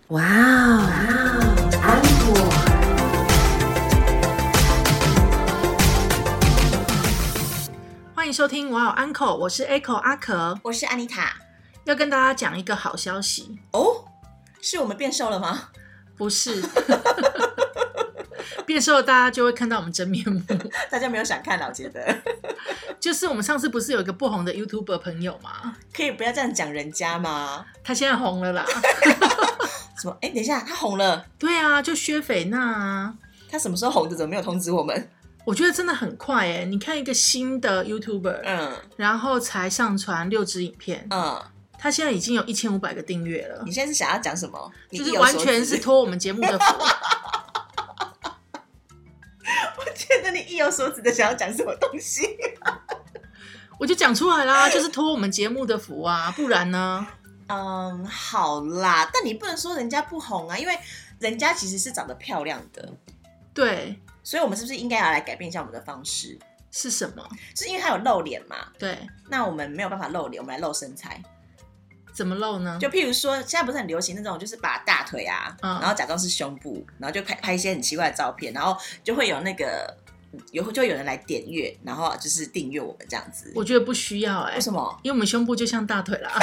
哇哦，安果。 欢迎收听哇哦 Uncle， 我是 Echo 阿可， 我是安妮塔。 要跟大家讲一个好消息哦，是我们变瘦了吗？ 不是变瘦了大家就会看到我们真面目大家没有想看了，我觉得就是我们上次不是有一个不红的 YouTuber 朋友吗？ 可以不要这样讲人家吗？ 他现在红了啦什么？等一下，他红了？ 对啊，就薛斐娜啊。 他什么时候红的？怎么没有通知我们？ 我觉得真的很快耶，你看一个新的 YouTuber，然后才上传6支影片，他现在已经有1500个订阅了。 你现在是想要讲什么？ 就是完全是托我们节目的福我觉得你意有所指的想要讲什么东西我就讲出来啦，就是托我们节目的福啊，不然呢？ 好啦，但你不能说人家不红啊，因为人家其实是长得漂亮的。 对， 所以我们是不是应该要来改变一下我们的方式？ 是什么？ 是因为他有露脸嘛？ 对， 那我们没有办法露脸，我们来露身材。 怎么露呢？ 就譬如说，现在不是很流行那种，就是把大腿啊，然后假装是胸部，然后就拍一些很奇怪的照片，然后就会有那个就会有人来点阅，然后就是订阅我们这样子。 我觉得不需要为什么？ 因为我们胸部就像大腿啦。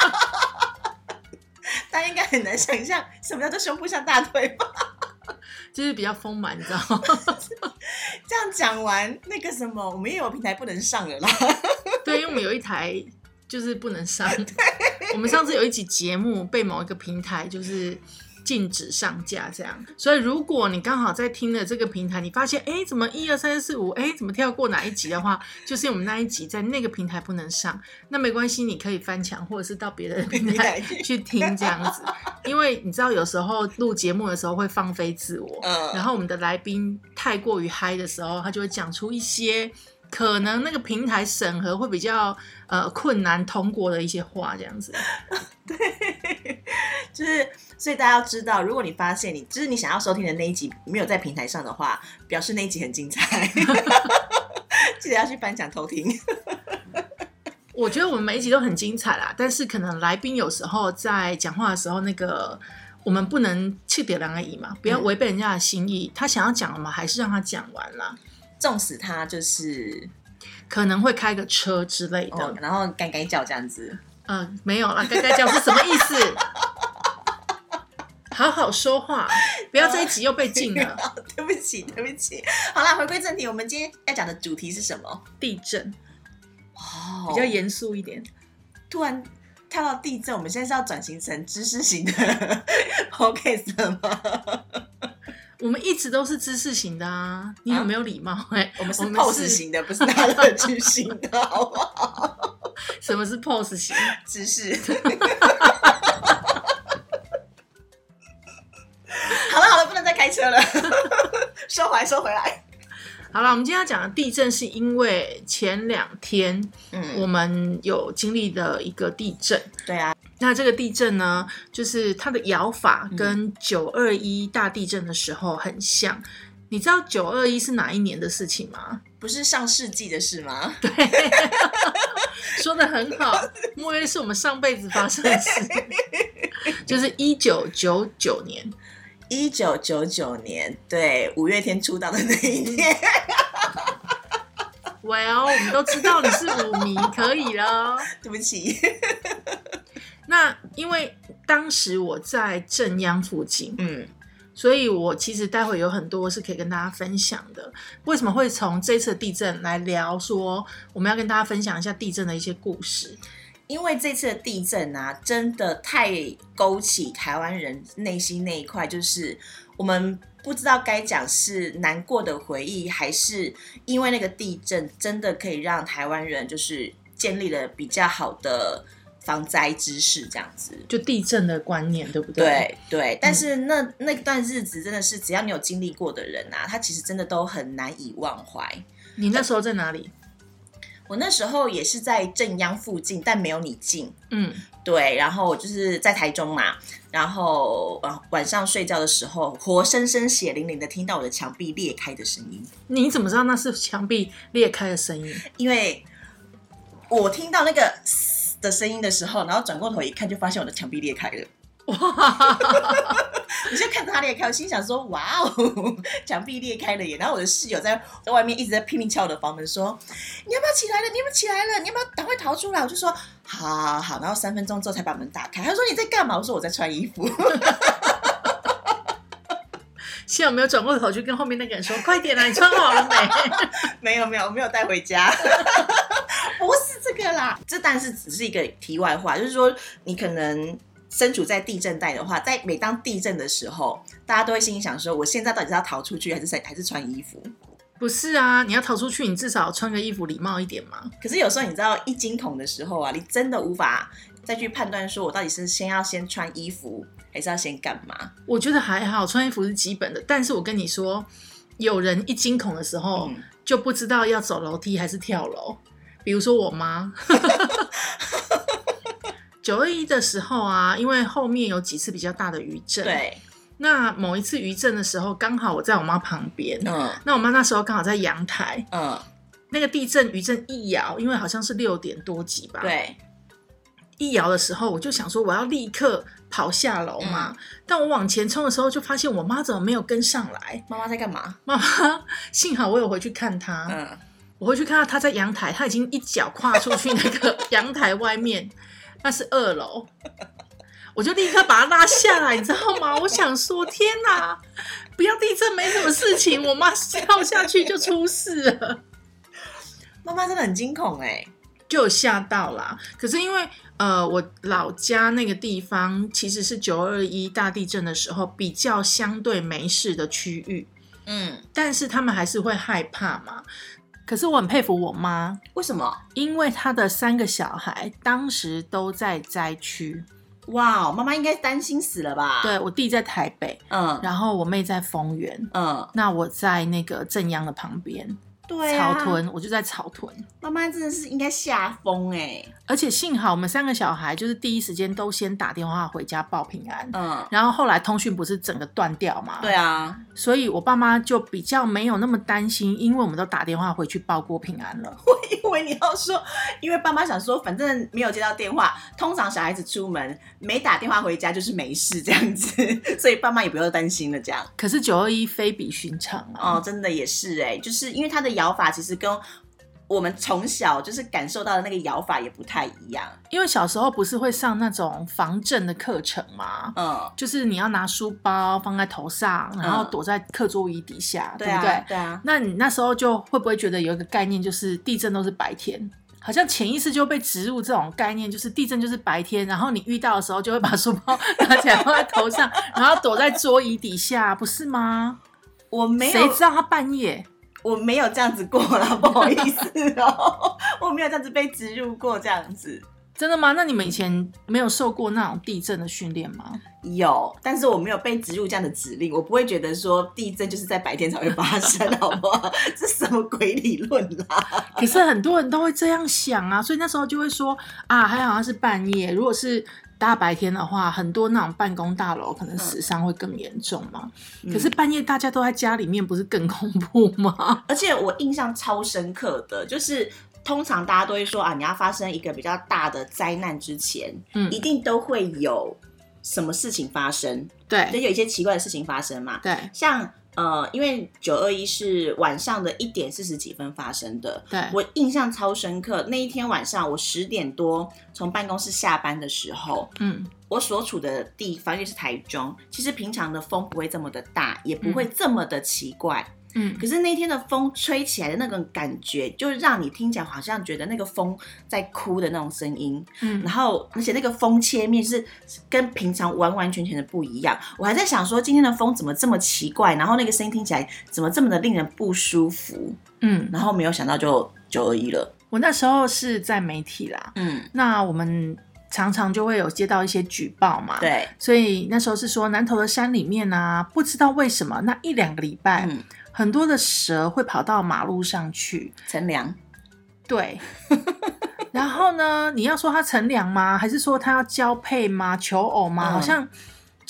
大家应该很难想象什么叫做胸部像大腿吧？ 就是比较丰满，你知道吗？ 这样讲完，那个什么，我们也有平台不能上了啦。 对，因为我们有一台就是不能上。我们上次有一集节目被某一个平台就是禁止上架这样，所以如果你刚好在听的这个平台，你发现怎么1、2、3、4、5，怎么跳过哪一集的话，就是我们那一集在那个平台不能上，那没关系，你可以翻墙或者是到别的平台去听这样子。因为你知道有时候录节目的时候会放飞自我，然后我们的来宾太过于嗨的时候，他就会讲出一些可能那个平台审核会比较困难通过的一些话这样子。 对，就是所以大家要知道，如果你发现就是你想要收听的那一集没有在平台上的话，表示那一集很精彩记得要去翻墙偷听我觉得我们每一集都很精彩啦，但是可能来宾有时候在讲话的时候，那个我们不能气点两个意嘛，不要违背人家的心意，他想要讲，我们还是让他讲完啦， 纵使他就是可能会开个车之类的， 然后该该叫这样子。 没有啦，该该叫是什么意思？好好说话，不要这一集又被禁了。 对不起，对不起。好啦，回归正题，我们今天要讲的主题是什么？ 地震。比较严肃一点。 突然跳到地震，我们现在是要转型成知识型的 podcast 了吗？ 我们一直都是知识型的啊，你很没有礼貌我们是 pose 型的，不是拿乐趣型的，好不好？ 什么是 pose 型？ 知识。好了，不能再开车了，收回来。 好了，我们今天要讲的地震是因为前2天，我们有经历的一个地震。 对啊， 那这个地震呢，就是它的摇法跟921大地震的时候很像。你知道921是哪一年的事情吗？ 不是上世纪的事吗？ 对，说得很好，莫非是我们上辈子发生的事？就是1999年。 1999年，对，五月天出道的那一年。 Well， 我们都知道你是舞迷，可以了。 对不起。 那因为当时我在正央附近，所以我其实待会有很多是可以跟大家分享的。为什么会从这次的地震来聊说我们要跟大家分享一下地震的一些故事？ 因为这次的地震啊，真的太勾起台湾人内心那一块，就是我们不知道该讲是难过的回忆，还是因为那个地震真的可以让台湾人就是建立了比较好的防灾知识，这样子， 就地震的观念，对不对？ 对对，但是那段日子真的是，只要你有经历过的人啊，他其实真的都很难以忘怀。 你那时候在哪里？ 我那时候也是在正央附近，但没有你近。对，然后我就是在台中嘛，然后晚上睡觉的时候，活生生血淋淋的听到我的墙壁裂开的声音。 你怎么知道那是墙壁裂开的声音？ 因为我听到那个的声音的时候，然后转过头一看，就发现我的墙壁裂开了。 你就看着它裂开，我心想说哇哦，墙壁裂开了耶！然后我的室友在外面一直在拼命敲我的房门说，你要不要起来了？你要不要起来了？你要不要赶快逃出来？我就说好，然后3分钟之后才把门打开。他说你在干嘛？我说我在穿衣服。 幸好没有转过头去跟后面那个人说快点啦，你穿好了没？ 没有，我没有带回家。不是这个啦，这当然是只是一个题外话，就是说你可能身处在地震带的话，在每当地震的时候，大家都会心里想说，我现在到底是要逃出去还是穿衣服？ 不是啊，你要逃出去，你至少穿个衣服礼貌一点嘛。 可是有时候你知道一惊恐的时候啊，你真的无法再去判断说我到底是先穿衣服还是要先干嘛。 我觉得还好，穿衣服是基本的，但是我跟你说，有人一惊恐的时候，就不知道要走楼梯还是跳楼。比如说我妈921的时候啊，因为后面有几次比较大的余震， 对， 那某一次余震的时候，刚好我在我妈旁边，那我妈那时候刚好在阳台，那个地震余震一摇，因为好像是6点多级吧， 对， 一摇的时候，我就想说我要立刻跑下楼嘛，但我往前冲的时候，就发现我妈怎么没有跟上来？ 妈妈在干嘛？ 妈妈幸好我有回去看她，我回去看到她在阳台，她已经一脚跨出去那个阳台外面，那是2楼，我就立刻把她拉下来，你知道吗？我想说天哪，不要地震没什么事情，我妈跳下去就出事了。 妈妈真的很惊恐哎， 就有吓到啦。可是因为我老家那个地方其实是921大地震的时候比较相对没事的区域，但是他们还是会害怕嘛。可是我很佩服我妈， 为什么？ 因为她的3个小孩当时都在灾区。 哇，妈妈应该担心死了吧？ 对，我弟在台北，然后我妹在丰原，那我在那个正央的旁边。 对啊， 草屯，我就在草屯。 妈妈真的是应该吓疯哎！ 而且幸好我们3个小孩就是第一时间都先打电话回家报平安，然后后来通讯不是整个断掉嘛？ 对啊， 所以我爸妈就比较没有那么担心，因为我们都打电话回去报过平安了。 我以为你要说，因为爸妈想说，反正没有接到电话，通常小孩子出门没打电话回家就是没事这样子，所以爸妈也不用担心了这样。 可是921非比寻常啊！ 真的也是哎，就是因为它的摇法其实跟我们从小就是感受到的那个摇法也不太一样。 因为小时候不是会上那种防震的课程吗？就是你要拿书包放在头上，然后躲在课桌椅底下，对不对？ 对啊。 那你那时候就会不会觉得有一个概念，就是地震都是白天？好像潜意识就被植入这种概念，就是地震就是白天，然后你遇到的时候就会把书包拿起来放在头上，然后躲在桌椅底下，不是吗？ 我没有， 谁知道他半夜？ 我没有这样子过啦，不好意思哦，我没有这样子被植入过这样子。 真的吗？那你们以前没有受过那种地震的训练吗？ 有，但是我没有被植入这样的指令，我不会觉得说地震就是在白天才会发生，好不好？这什么鬼理论啦？ 可是很多人都会这样想啊，所以那时候就会说啊，还好像是半夜，如果是大白天的话，很多那种办公大楼可能死伤会更严重嘛。可是半夜大家都在家里面，不是更恐怖吗？ 而且我印象超深刻的，就是通常大家都会说啊，你要发生一个比较大的灾难之前，一定都会有什么事情发生， 对， 就有一些奇怪的事情发生嘛。 对， 像因为921是晚上的1点40几分发生的， 对， 我印象超深刻。那一天晚上我10点多从办公室下班的时候，我所处的地方因为是台中，其实平常的风不会这么的大，也不会这么的奇怪。可是那天的风吹起来的那种感觉，就让你听起来好像觉得那个风在哭的那种声音，然后而且那个风切面是跟平常完完全全的不一样。我还在想说今天的风怎么这么奇怪，然后那个声音听起来怎么这么的令人不舒服，然后没有想到就921了。 我那时候是在媒体啦，那我们常常就会有接到一些举报嘛， 对， 所以那时候是说南投的山里面啊，不知道为什么那1-2个礼拜，很多的蛇会跑到马路上去乘凉， 对。然后呢，你要说它乘凉吗？还是说它要交配吗？求偶吗？好像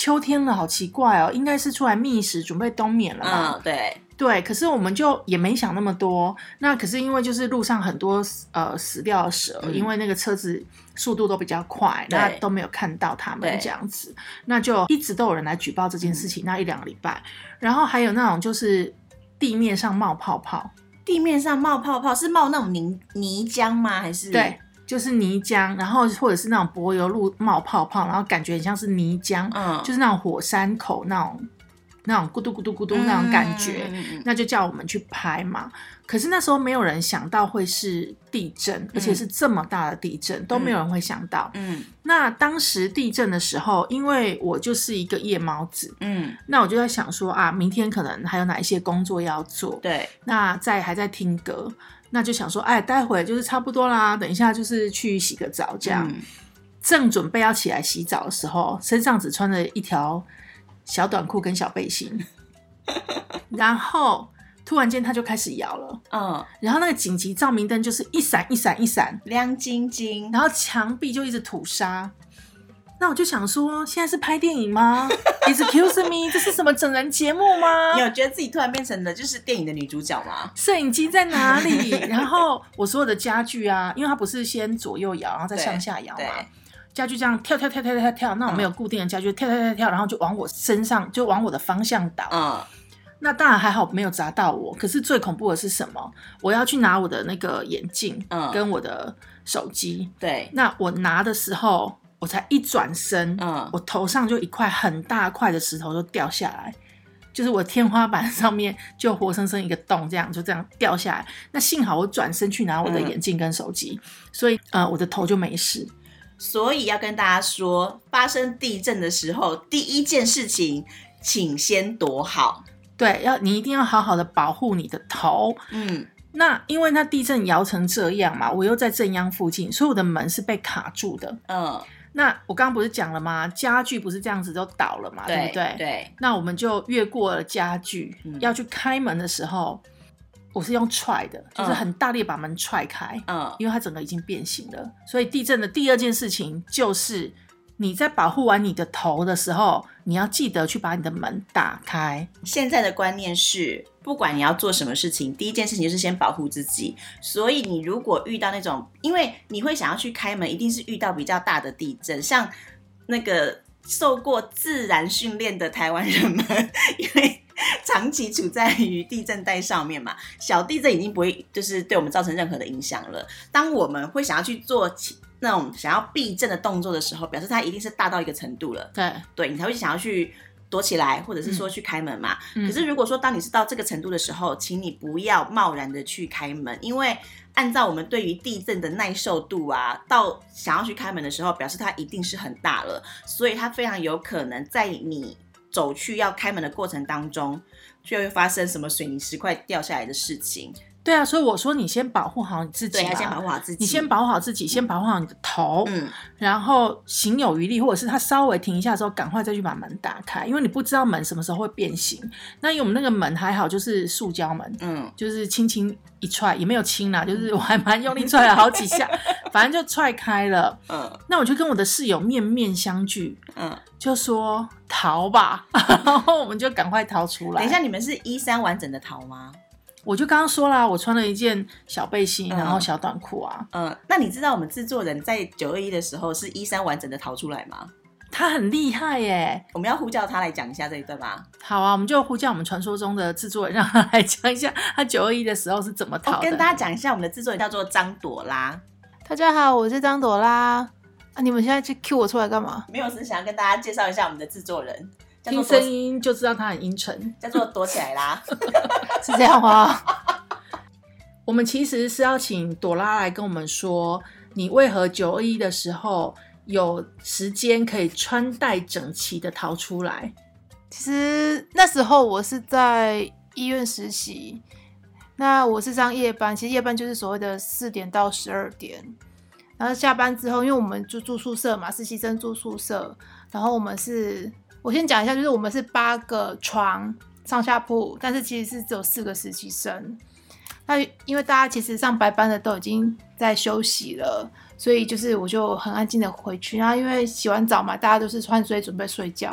秋天了，好奇怪哦，应该是出来觅食，准备冬眠了吧？ 对， 可是我们就也没想那么多。那可是因为就是路上很多死掉的蛇，因为那个车子速度都比较快，那都没有看到他们这样子，那就一直都有人来举报这件事情，那1-2个礼拜。然后还有那种就是地面上冒泡泡， 地面上冒泡泡是冒那种泥浆吗？还是？ 对，就是泥浆，然后或者是那种柏油路冒泡泡，然后感觉很像是泥浆，就是那种火山口那种咕嘟咕嘟咕嘟那种感觉，那就叫我们去拍嘛。可是那时候没有人想到会是地震，而且是这么大的地震，都没有人会想到。那当时地震的时候，因为我就是一个夜猫子，那我就在想说啊，明天可能还有哪一些工作要做， 对， 那还在听歌，那就想说，哎，待会就是差不多啦，等一下就是去洗个澡这样。正准备要起来洗澡的时候，身上只穿了一条小短裤跟小背心，然后突然间它就开始摇了，然后那个紧急照明灯就是一闪一闪一闪， 亮晶晶， 然后墙壁就一直吐沙。那我就想说，现在是拍电影吗？Excuse me， 这是什么整人节目吗？ 你有觉得自己突然变成了就是电影的女主角吗？ 摄影机在哪里？然后我所有的家具啊，因为它不是先左右摇，然后再向下摇嘛。家具这样跳，那我没有固定的家具，跳，然后就往我身上，就往我的方向倒。那当然还好没有砸到我，可是最恐怖的是什么？我要去拿我的那个眼镜，跟我的手机。对，那我拿的时候，我才一转身，我头上就一块很大块的石头就掉下来，就是我天花板上面就活生生一个洞，就这样掉下来。那幸好我转身去拿我的眼镜跟手机，所以我的头就没事。 所以要跟大家说，发生地震的时候，第一件事情，请先躲好。 对，你一定要好好的保护你的头。那因为它地震摇成这样嘛，我又在正央附近，所以我的门是被卡住的。那我刚刚不是讲了吗？家具不是这样子都倒了嘛，对不对？对。那我们就越过了家具，要去开门的时候，我是用踹的，就是很大力把门踹开，因为它整个已经变形了。所以地震的第二件事情就是你在保护完你的头的时候，你要记得去把你的门打开。 现在的观念是，不管你要做什么事情，第一件事情就是先保护自己。所以你如果遇到那种，因为你会想要去开门，一定是遇到比较大的地震，像那个受过自然训练的台湾人们，因为长期处在于地震带上面嘛，小地震已经不会就是对我们造成任何的影响了。当我们会想要去做那种想要避震的动作的时候，表示它一定是大到一个程度了。对，你才会想要去躲起来，或者是说去开门嘛。可是如果说当你是到这个程度的时候，请你不要贸然的去开门，因为按照我们对于地震的耐受度啊，到想要去开门的时候，表示它一定是很大了，所以它非常有可能在你走去要开门的过程当中，就会发生什么水泥石块掉下来的事情。 对啊，所以我说你先保护好你自己嘛， 对，先保护好自己， 你先保护好自己，先保护好你的头，然后行有余力，或者是它稍微停一下的时候，赶快再去把门打开，因为你不知道门什么时候会变形。那因为我们那个门还好，就是塑胶门，就是轻轻一踹，也没有轻啦，就是我还蛮用力踹了好几下，反正就踹开了。那我就跟我的室友面面相觑，就说逃吧，然后我们就赶快逃出来。 等一下，你们是衣衫完整的逃吗？ 我就刚刚说啦，我穿了一件小背心，然后小短裤啊。 那你知道我们制作人在921的时候是衣衫完整的逃出来吗？ 他很厉害耶！ 我们要呼叫他来讲一下这一段吗？ 好啊，我们就呼叫我们传说中的制作人，让他来讲一下他921的时候是怎么逃的。 跟大家讲一下，我们的制作人叫做张朵拉。 大家好，我是张朵拉。你们现在去 cue 我出来干嘛？ 没有，是想要跟大家介绍一下我们的制作人。 听声音就知道他很阴沉， 叫做躲起来啦。 是这样吗？ 我们其实是要请朵拉来跟我们说，你为何921的时候有时间可以穿戴整齐的逃出来？ 其实那时候我是在医院实习，那我是上夜班，其实夜班就是所谓的4点到12点。然后下班之后，因为我们就住宿舍嘛，实习生住宿舍，然后我先讲一下，就是我们是8个床上下铺，但是其实是只有4个实习生。那因为大家其实上白班的都已经在休息了，所以就是我就很安静的回去。然后因为洗完澡嘛，大家都是换睡准备睡觉。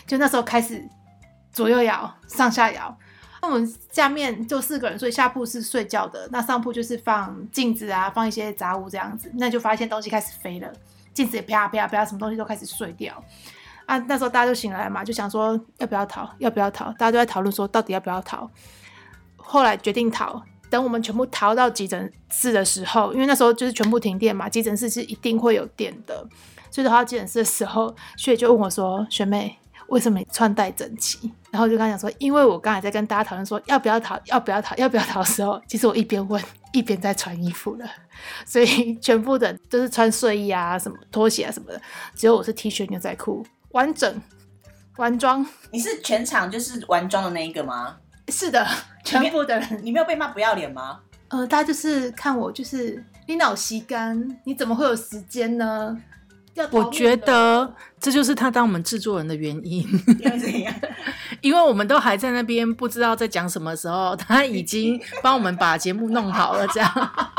就那时候开始左右摇，上下摇。我们下面就4个人，所以下铺是睡觉的，那上铺就是放镜子啊，放一些杂物这样子。那就发现东西开始飞了，镜子也啪啪啪，什么东西都开始碎掉。啊，那时候大家就醒来嘛，就想说要不要逃，要不要逃，大家都在讨论说到底要不要逃。后来决定逃。等我们全部逃到急诊室的时候，因为那时候就是全部停电嘛，急诊室是一定会有电的，所以逃到急诊室的时候，学姐就问我说：“学妹，为什么你穿戴整齐？”然后我就跟她讲说：“因为我刚才在跟大家讨论说要不要逃，要不要逃，要不要逃的时候，其实我一边问一边在穿衣服了，所以全部的都是穿睡衣啊、什么拖鞋啊什么的，只有我是 T 恤牛仔裤，完整完妆。” 你是全场就是完妆的那一个吗？ 是的，全部的人。 你没有被骂不要脸吗？ 大家就是看我，就是你脑吸干，你怎么会有时间呢？ 我觉得这就是他当我们制作人的原因。 因为怎样？ 因为我们都还在那边不知道在讲什么时候，他已经帮我们把节目弄好了，这样。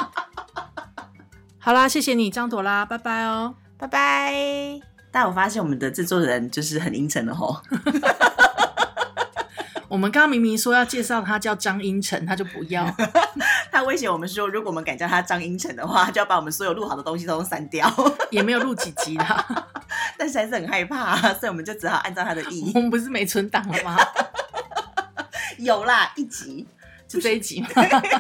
好啦，谢谢你张朵拉，拜拜哦， 拜拜。 但我发现我们的制作人就是很阴沉的吼。 我们刚刚明明说要介绍他叫张英成，他就不要。 他威胁我们说，如果我们敢叫他张英成的话，就要把我们所有录好的东西都删掉。 也没有录几集啦， 但是还是很害怕，所以我们就只好按照他的意。 我们不是没存档了吗？ 有啦，1集就这一集吗？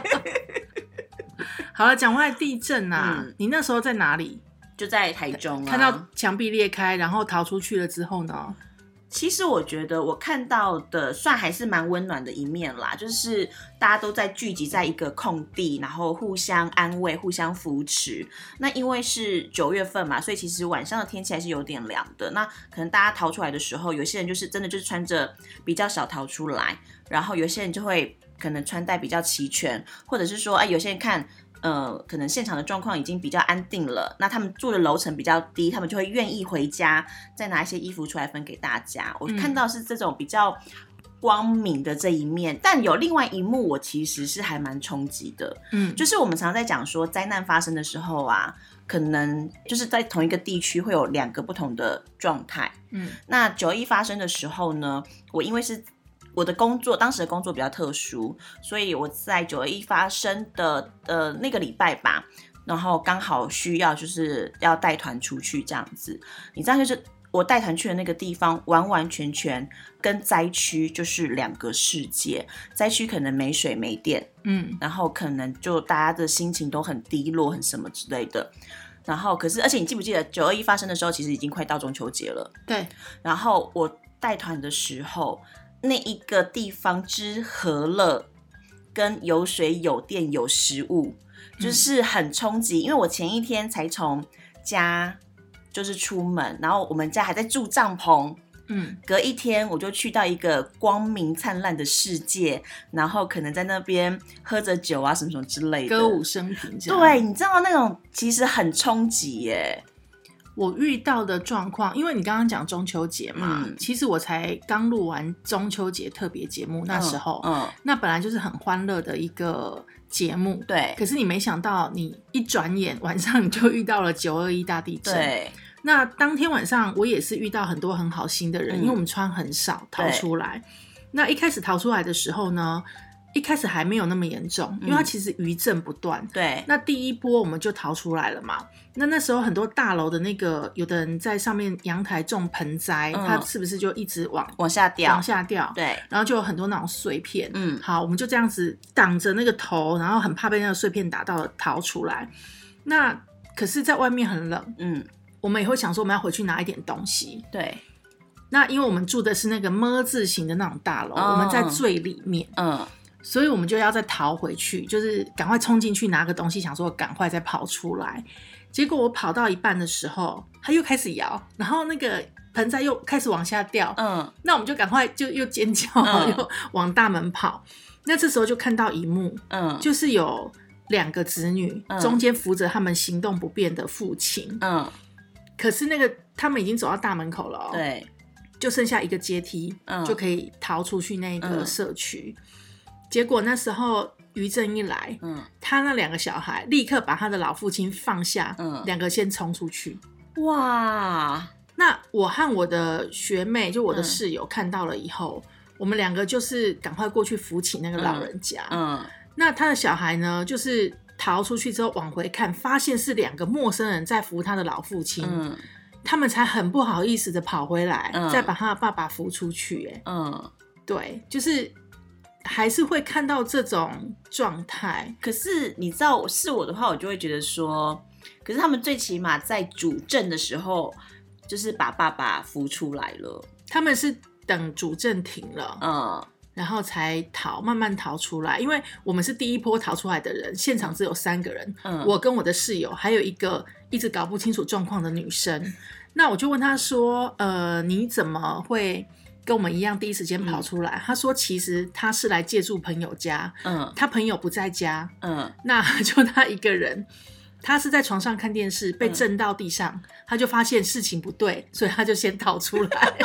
好了，讲回来地震啊，你那时候在哪里？ 就在台中啊， 看到墙壁裂开，然后逃出去了之后呢？ 其实我觉得我看到的算还是蛮温暖的一面啦，就是大家都在聚集在一个空地，然后互相安慰、互相扶持。那因为是9月份嘛，所以其实晚上的天气还是有点凉的。那可能大家逃出来的时候，有些人就是真的就是穿着比较少逃出来，然后有些人就会可能穿戴比较齐全，或者是说，有些人看。可能现场的状况已经比较安定了，那他们住的楼层比较低，他们就会愿意回家，再拿一些衣服出来分给大家。我看到是这种比较光明的这一面，但有另外一幕，我其实是还蛮冲击的。就是我们常常在讲说，灾难发生的时候啊，可能就是在同一个地区会有2个不同的状态。那911发生的时候呢，我因为是我的工作，当时的工作比较特殊，所以我在911发生的那个礼拜吧，然后刚好需要就是要带团出去这样子。你知道，就是我带团去的那个地方，完完全全跟灾区就是2个世界。灾区可能没水没电，然后可能就大家的心情都很低落，很什么之类的。然后可是，而且你记不记得921发生的时候，其实已经快到中秋节了。 对。 然后我带团的时候，那一个地方之和乐，跟有水有电有食物，就是很冲击。因为我前一天才从家就是出门，然后我们家还在住帐篷，隔一天我就去到一个光明灿烂的世界，然后可能在那边喝着酒啊什么什么之类的， 歌舞升平这样。 对，你知道那种其实很冲击耶。 我遇到的状况，因为你刚刚讲中秋节嘛，其实我才刚录完中秋节特别节目，那时候，那本来就是很欢乐的一个节目， 对。 可是你没想到，你一转眼晚上你就遇到了921大地震， 对。 那当天晚上我也是遇到很多很好心的人，因为我们穿很少逃出来。那一开始逃出来的时候呢，一开始还没有那么严重，因为它其实余震不断。 对。 那第一波我们就逃出来了嘛。那时候很多大楼的那个，有的人在上面阳台种盆栽，它是不是就一直往下掉？ 对。 然后就有很多那种碎片。好，我们就这样子挡着那个头，然后很怕被那个碎片打到，逃出来。那可是在外面很冷，我们也会想说我们要回去拿一点东西。 对。 那因为我们住的是那个么字形的那种大楼，我们在最里面。所以我们就要再逃回去，就是赶快冲进去拿个东西，想说赶快再跑出来。结果我跑到一半的时候，它又开始摇，然后那个盆栽又开始往下掉。那我们就赶快就又尖叫，又往大门跑。那这时候就看到一幕，就是有2个子女，中间扶着他们行动不便的父亲。可是那个他们已经走到大门口了， 对， 就剩下一个阶梯，就可以逃出去那个社区。结果那时候余震一来，他那2个小孩立刻把他的老父亲放下，2个先冲出去。 哇！ 那我和我的学妹，就我的室友看到了以后，我们2个就是赶快过去扶起那个老人家。那他的小孩呢，就是逃出去之后往回看，发现是2个陌生人在扶他的老父亲。他们才很不好意思的跑回来，再把他的爸爸扶出去。对，就是还是会看到这种状态。 可是你知道，是我的话，我就会觉得说，可是他们最起码在主政的时候，就是把爸爸扶出来了。 他们是等主政停了，然后才慢慢逃出来。因为我们是第一波逃出来的人，现场只有3个人，我跟我的室友，还有一个一直搞不清楚状况的女生。那我就问他说，你怎么会跟我们一样第一时间跑出来？他说其实他是来借住朋友家，他朋友不在家，那就他一个人。他是在床上看电视，被震到地上，他就发现事情不对，所以他就先逃出来。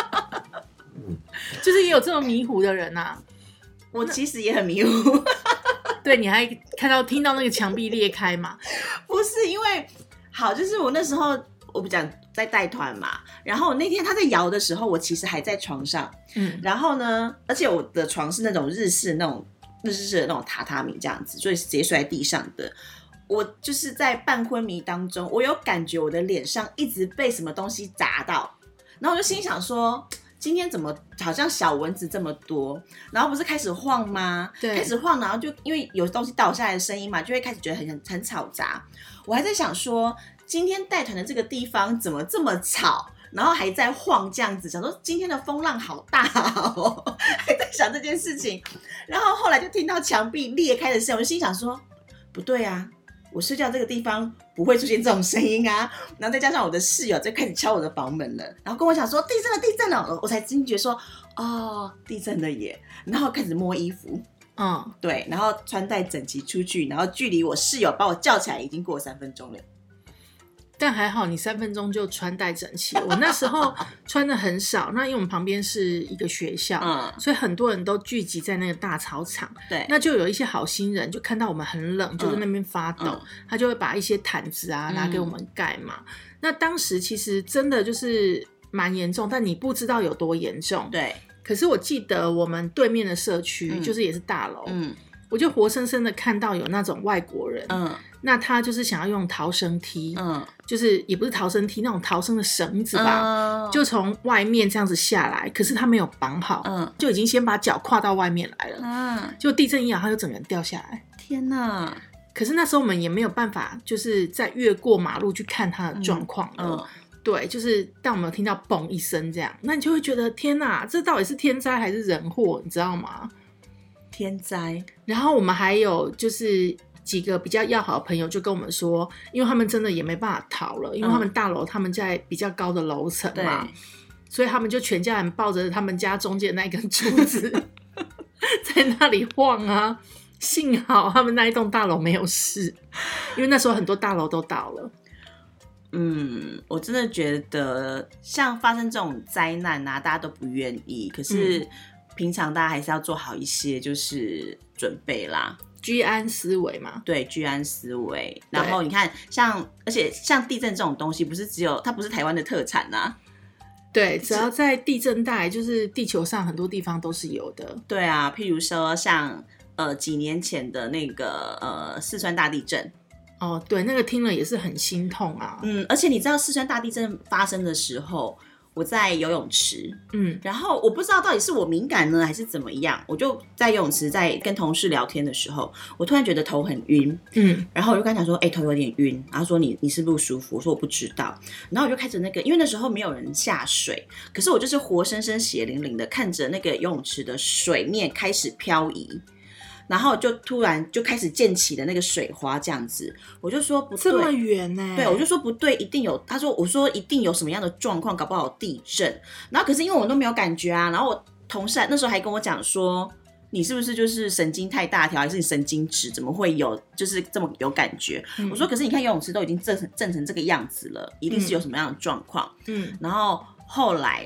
就是也有这么迷糊的人啊。 我其实也很迷糊。 对，你还听到那个墙壁裂开嘛？ 不是，因为好，就是我那时候我不讲在带团嘛，然后那天他在摇的时候，我其实还在床上，然后呢，而且我的床是那种日式的那种榻榻米这样子，所以是直接睡在地上的。我就是在半昏迷当中，我有感觉我的脸上一直被什么东西砸到，然后我就心想说，今天怎么好像小蚊子这么多？然后不是开始晃吗？ 对， 开始晃，然后就因为有东西倒下来的声音嘛，就会开始觉得很吵杂。我还在想说，今天带团的这个地方怎么这么吵？然后还在晃这样子，想说今天的风浪好大哦，还在想这件事情。然后后来就听到墙壁裂开的声音，我就心想说，不对啊。我睡觉这个地方不会出现这种声音啊，然后再加上我的室友就开始敲我的房门了，然后跟我讲说地震了地震了，我才惊觉说地震了耶，然后开始摸衣服，对，然后穿戴整齐出去，然后距离我室友把我叫起来已经过3分钟了。 但还好你3分钟就穿戴整齐。我那时候穿的很少，那因为我们旁边是一个学校，所以很多人都聚集在那个大操场。 对， 那就有一些好心人就看到我们很冷，就在那边发抖，他就会把一些毯子啊拿给我们盖嘛。那当时其实真的就是蛮严重，但你不知道有多严重。 对， 可是我记得我们对面的社区，就是也是大楼，我就活生生的看到有那种外国人，那他就是想要用逃生梯，就是也不是逃生梯，那种逃生的绳子吧，就从外面这样子下来，可是他没有绑好，就已经先把脚跨到外面来了，就地震一摇，他就整个人掉下来。 天哪！ 可是那时候我们也没有办法，就是再越过马路去看他的状况了。对，就是当我们有听到嘣一声这样，那你就会觉得天哪，这到底是天灾还是人祸，你知道吗？ 天灾。然后我们还有就是几个比较要好的朋友就跟我们说，因为他们真的也没办法逃了，因为他们大楼他们在比较高的楼层嘛，所以他们就全家人抱着他们家中间那一根柱子在那里晃啊。幸好他们那一栋大楼没有事，因为那时候很多大楼都倒了。 我真的觉得像发生这种灾难啊，大家都不愿意，可是平常大家还是要做好一些就是准备啦， 居安思危嘛。 对，居安思危。然后你看而且像地震这种东西不是它不是台湾的特产啊。 对，只要在地震带，就是地球上很多地方都是有的。 对啊，譬如说像几年前的那个四川大地震。 对，那个听了也是很心痛啊。 而且你知道四川大地震发生的时候，我在游泳池，然后我不知道到底是我敏感呢还是怎么样，我就在游泳池在跟同事聊天的时候，我突然觉得头很晕，然后我就跟他讲说，头有点晕，然后说你是不舒服？我说我不知道，然后我就开始因为那时候没有人下水，可是我就是活生生血淋淋的看着那个游泳池的水面开始漂移。然后就突然就开始溅起的那个水花这样子，我就说不对， 这么远呢？ 对，我就说不对，一定有。我说一定有什么样的状况，搞不好有地震。然后可是因为我都没有感觉啊，然后我同事那时候还跟我讲说，你是不是就是神经太大条，还是你神经质？怎么会有就是这么有感觉？我说可是你看游泳池都已经震成这个样子了，一定是有什么样的状况。然后后来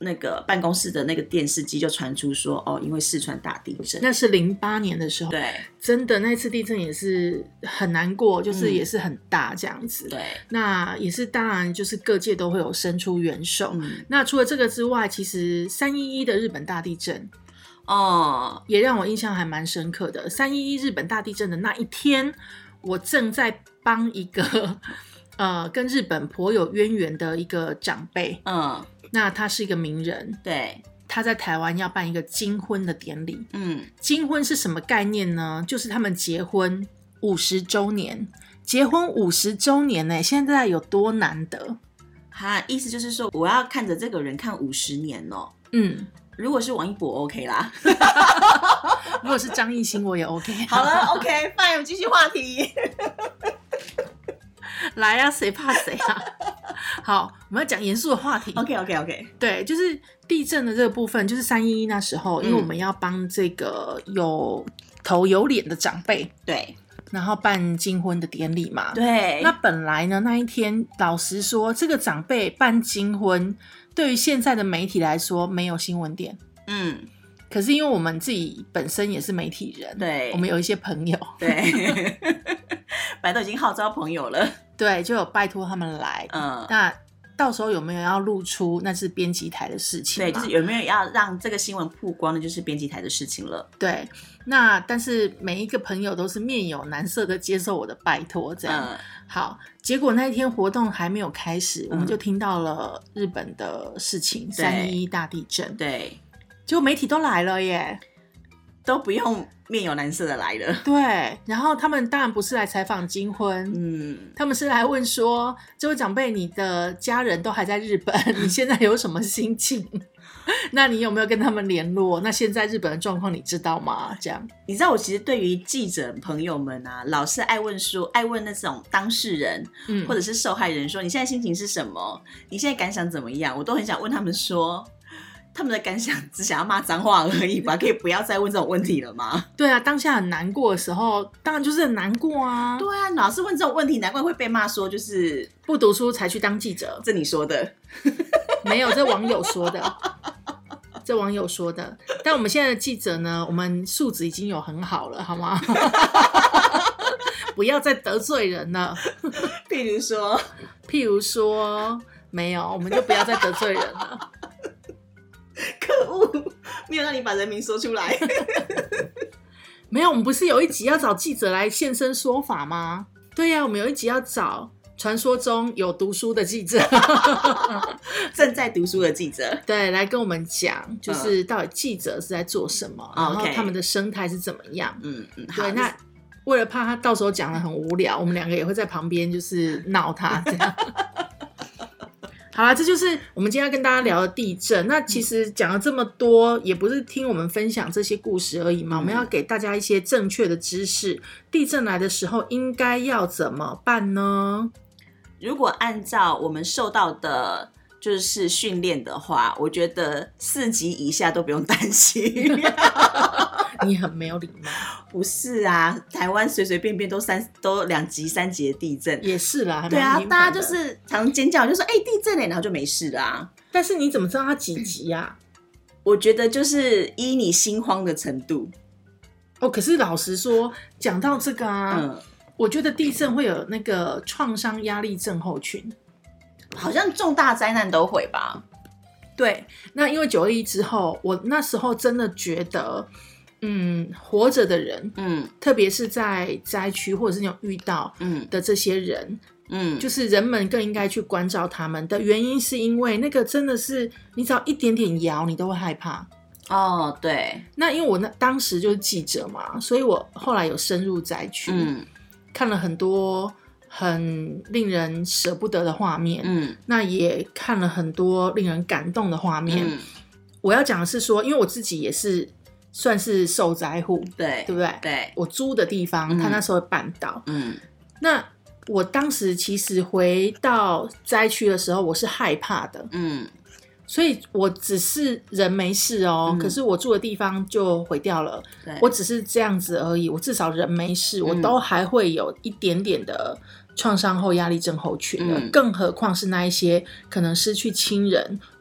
那个办公室的那个电视机就传出说，哦，因为四川大地震。 那是08年的时候， 对真的那次地震也是很难过，就是也是很大这样子。 对， 那也是当然就是各界都会有伸出援手。那除了这个之外，其实311的日本大地震也让我印象还蛮深刻的。311日本大地震的那一天，我正在帮一个跟日本颇有渊源的一个长辈，那他是一个名人， 对， 他在台湾要办一个金婚的典礼。金婚是什么概念呢？就是他们结婚50周年，结婚50周年呢，现在有多难得？ 意思就是说我要看着这个人看50年哦。如果是王一博 OK 啦， 如果是张艺兴我也 OK。 好了 OK fine， 我们继续话题。 来啊，谁怕谁啊？好，我们要讲严肃的话题。 OK。 对，就是地震的这个部分，就是311那时候，因为我们要帮这个有头有脸的长辈， 对， 然后办金婚的典礼嘛。 对， 那本来呢，那一天老实说，这个长辈办金婚，对于现在的媒体来说没有新闻点。可是因为我们自己本身也是媒体人， 对， 我们有一些朋友， 对，本来都已经号召朋友了， 对，就有拜托他们来。那到时候有没有要露出，那是编辑台的事情嘛。 对，就是有没有要让这个新闻曝光的，就是编辑台的事情了。 对，那但是每一个朋友都是面有难色的接受我的拜托，这样。好，结果那一天活动还没有开始，我们就听到了日本的事情，311大地震。 对， 结果媒体都来了耶， 都不用面有难色的来了。 对，然后他们当然不是来采访金婚，他们是来问说，这位长辈，你的家人都还在日本，你现在有什么心情？那你有没有跟他们联络？那现在日本的状况你知道吗？这样， 你知道我其实对于记者朋友们啊，老是爱问那种当事人，或者是受害人说，你现在心情是什么？你现在感想怎么样？我都很想问他们说，他们的感想只想要骂脏话而已吧，可以不要再问这种问题了吗？ 对啊，当下很难过的时候，当然就是很难过啊。 对啊，老是问这种问题，难怪会被骂说就是不读书才去当记者。 这你说的？ 没有，这网友说的。这网友说的。但我们现在的记者呢，我们素质已经有很好了，好吗？不要再得罪人了。譬如说，没有，我们就不要再得罪人了。 可恶，没有让你把人名说出来。 没有，我们不是有一集要找记者来现身说法吗？对呀，我们有一集要找传说中有读书的记者， 正在读书的记者， 对，来跟我们讲，就是到底记者是在做什么，然后他们的生态是怎么样。对，那为了怕他到时候讲得很无聊，我们两个也会在旁边就是闹他这样。好啦，这就是我们今天要跟大家聊的地震。那其实讲了这么多，也不是听我们分享这些故事而已嘛，我们要给大家一些正确的知识。地震来的时候应该要怎么办呢？ 如果按照我们受到的就是训练的话，我觉得4级以下都不用担心。 你很没有礼貌。 不是啊，台湾随随便便都2级3级的地震。 也是啦， 对啊，大家就是常尖叫，就说地震然后就没事啦。 但是你怎么知道它几级啊？ 我觉得就是依你心慌的程度。 可是老实说，讲到这个啊，我觉得地震会有那个创伤压力症候群， 好像重大灾难都会吧。 对，那因为921之后，我那时候真的觉得活着的人，特别是在灾区或者是你有遇到的这些人，就是人们更应该去关照他们的原因，是因为那个真的是你只要一点点摇，你都会害怕。 对。 那因为我当时就是记者嘛，所以我后来有深入灾区，看了很多很令人舍不得的画面，那也看了很多令人感动的画面。我要讲的是说，因为我自己也是算是受灾户，对不对？ 对， 我租的地方，他那时候半岛，那我当时其实回到灾区的时候，我是害怕的，所以我只是人没事可是我住的地方就毁掉了，我只是这样子而已，我至少人没事，我都还会有一点点的创伤后压力症候群的，更何况是那一些可能失去亲人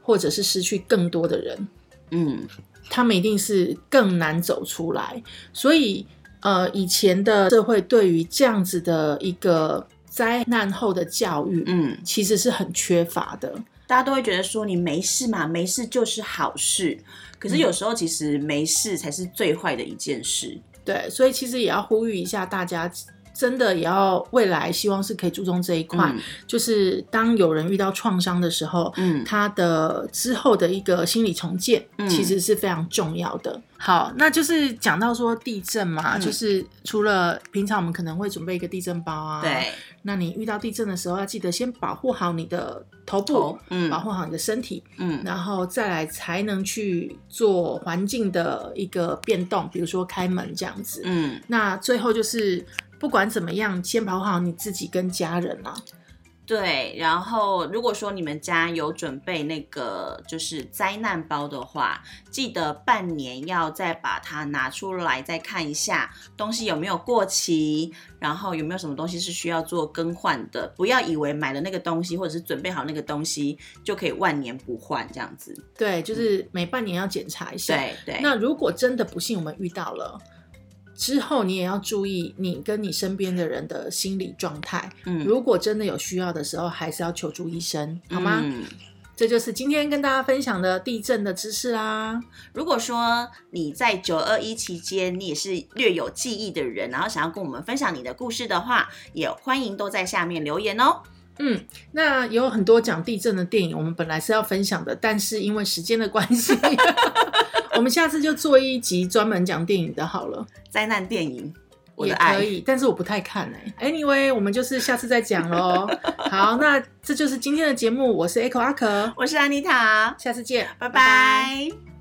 或者是失去更多的人，他们一定是更难走出来。所以以前的社会对于这样子的一个灾难后的教育，其实是很缺乏的。 大家都会觉得说你没事嘛，没事就是好事。可是有时候其实没事才是最坏的一件事。 对，所以其实也要呼吁一下大家，真的也要未来希望是可以注重这一块，就是当有人遇到创伤的时候，他的之后的一个心理重建，其实是非常重要的。好，那就是讲到说地震嘛，就是除了平常我们可能会准备一个地震包啊， 对， 那你遇到地震的时候要记得先保护好你的头部，保护好你的身体，然后再来才能去做环境的一个变动，比如说开门这样子。那最后就是不管怎么样，先保护好你自己跟家人啦。 对，然后如果说你们家有准备那个就是灾难包的话，记得半年要再把它拿出来再看一下东西有没有过期，然后有没有什么东西是需要做更换的。不要以为买了那个东西或者是准备好那个东西就可以万年不换这样子。 对，就是每半年要检查一下。 对， 那如果真的不幸我们遇到了之后，你也要注意你跟你身边的人的心理状态。如果真的有需要的时候，还是要求助医生，好吗？这就是今天跟大家分享的地震的知识啦。 如果说你在921期间你也是略有记忆的人，然后想要跟我们分享你的故事的话，也欢迎都在下面留言哦。 那有很多讲地震的电影我们本来是要分享的，但是因为时间的关系我们下次就做一集专门讲电影的好了。 灾难电影我也的爱可以，但是我不太看Anyway， 我们就是下次再讲咯。好，那这就是今天的节目，我是 Echo 阿可， 我是安妮塔， 下次见， 拜拜。